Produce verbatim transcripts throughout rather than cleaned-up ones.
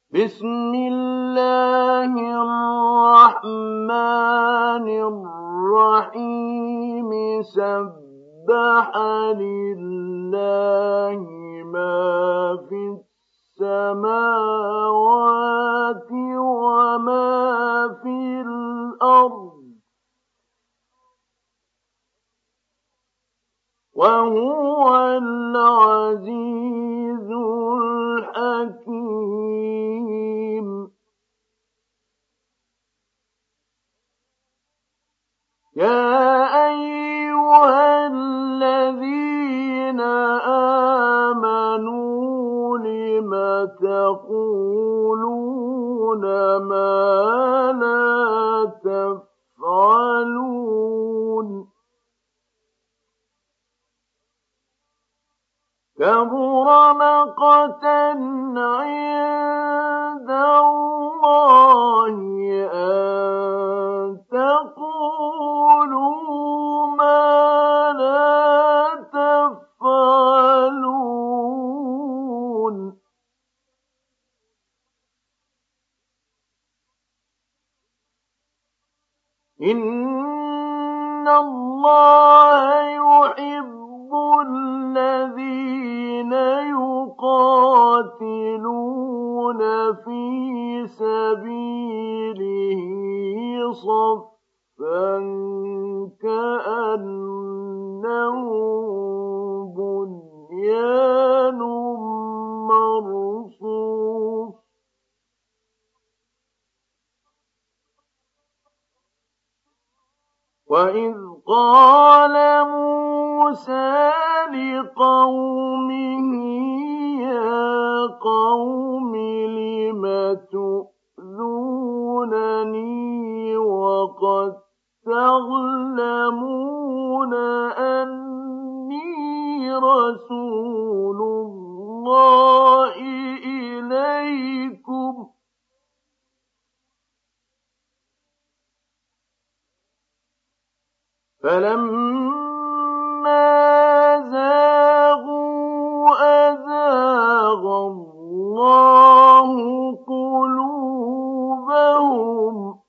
بسم الله الرحمن الرحيم سبح لله ما في السماوات وما في الأرض وهو العزيز الحكيم يا أيها الذين آمنوا لم تقولون ما لا تفعلون كبر مقتا عند الله أن تقولوا ما لا تفعلون إن الله يحب الذين يقاتلون في سبيله صفا كأنهم بنيان مرصوص وإذ قال موسى لقومه يا قوم لم تؤذونني وقد تعلمون أني رسول الله إليكم فلما زاغوا أزاغ الله قلوبهم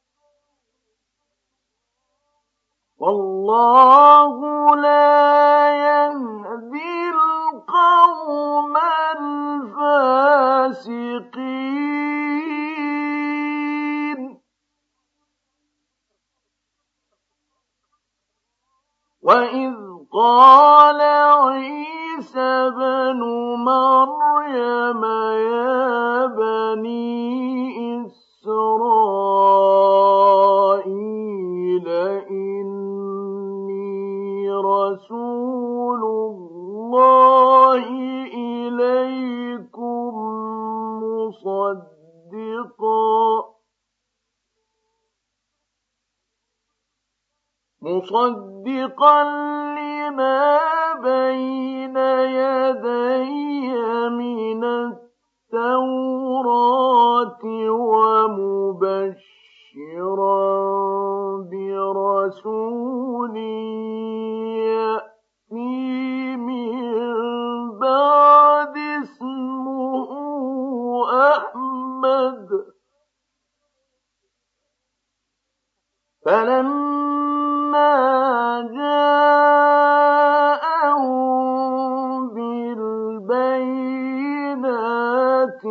والله لا يهدي القوم الفاسقين وإذ قال عيسى ابن مريم يا بني إسرائيل إني رسول الله إليكم مصدقا مصدقا لما بين يدي من التوراة ومبشرا برسول يأتي من بعد اسمه أحمد فلما جاءهم بالبينات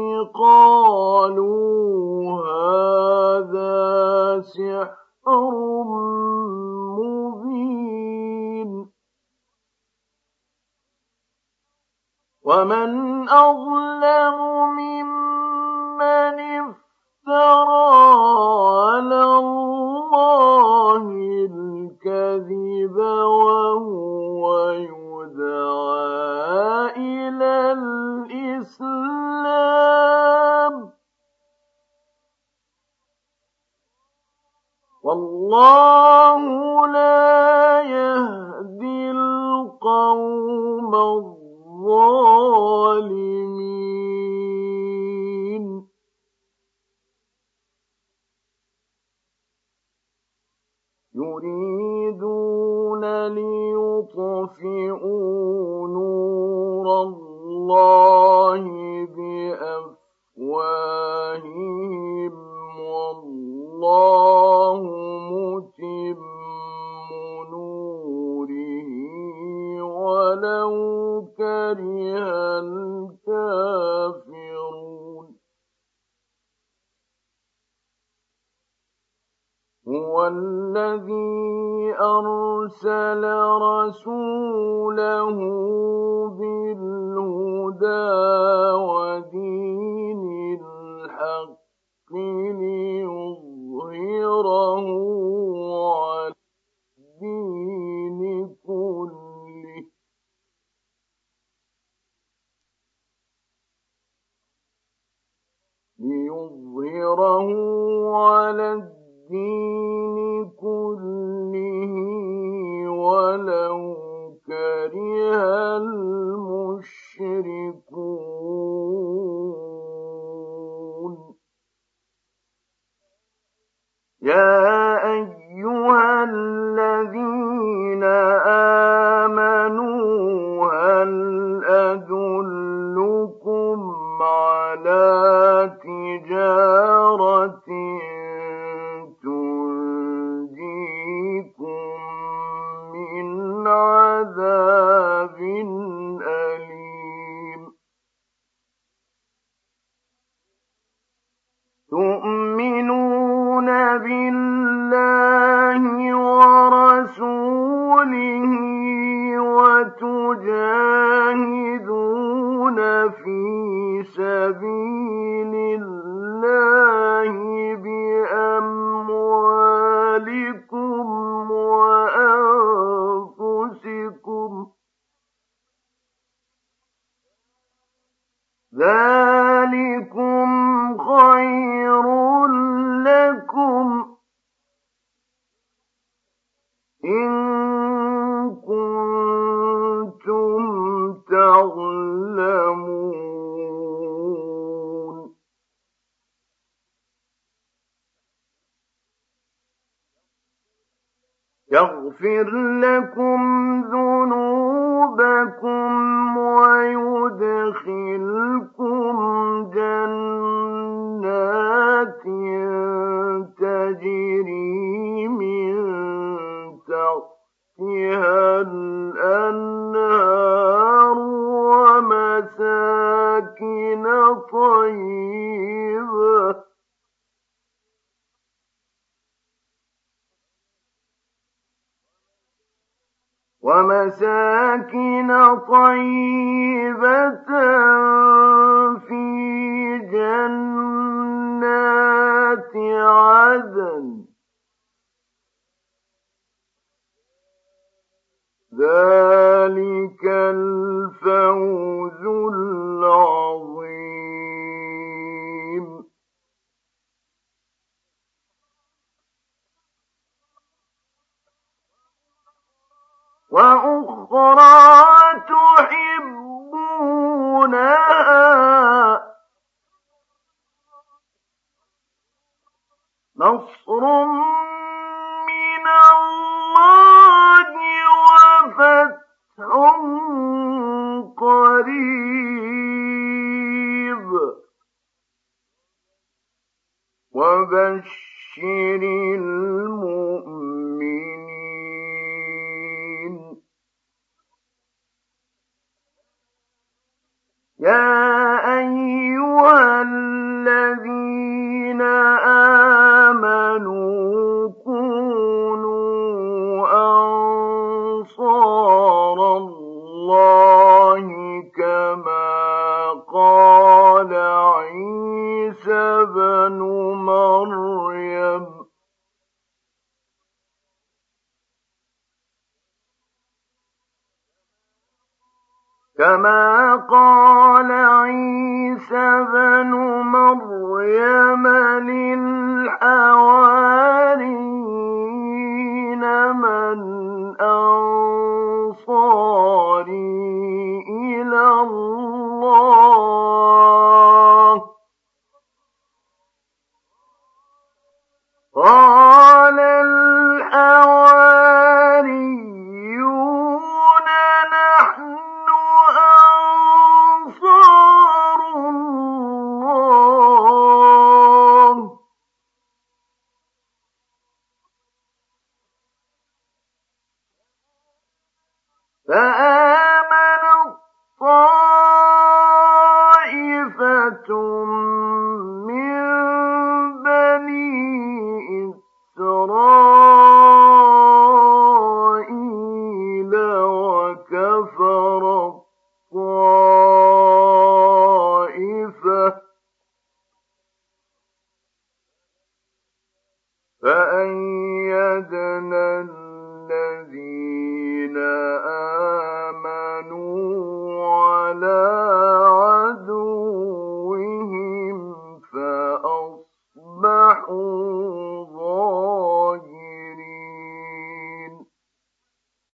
قالوا هذا سحر مبين ومن أظلم ممن افترى على الله الكذب وهو يدعى إلى الإسلام والله لا يهدي القوم الظالمين يريدون ليطفئوا نور الله بأفواههم أفواههم والله متم نوره ولو كره الكافرون هو الذي أرسل رسوله بالهدى ودين الحق ليظهره على الدين كله ليظهره على الدين كله ولو كره المشركون يا أيها الذين آمنوا هل أدلكم على تجارة تنجيكم من عذاب أليم تؤمنون بالله ورسوله وتجاهدون في سبيل الله بأموالكم وأنفسكم ذلكم خير لكم إن كنتم تعلمون يغفر لكم ذنوبكم ويدخلكم جنات تجري من تحتها الأنهار ومساكن طيبة ومساكن طيبة في جنات عدن ذلك الفوز العظيم وأخرى تحبونها نصر من الله وفتح قريب وبشر المؤمنين يا أيها الذين آمنوا كونوا أنصار الله كما قال عيسى بن مريم كما قال عيسى بن مريم للحواريين من أنصاري إلى الله قال الحواريون نحن أنصار الله بَاقِيَةٌ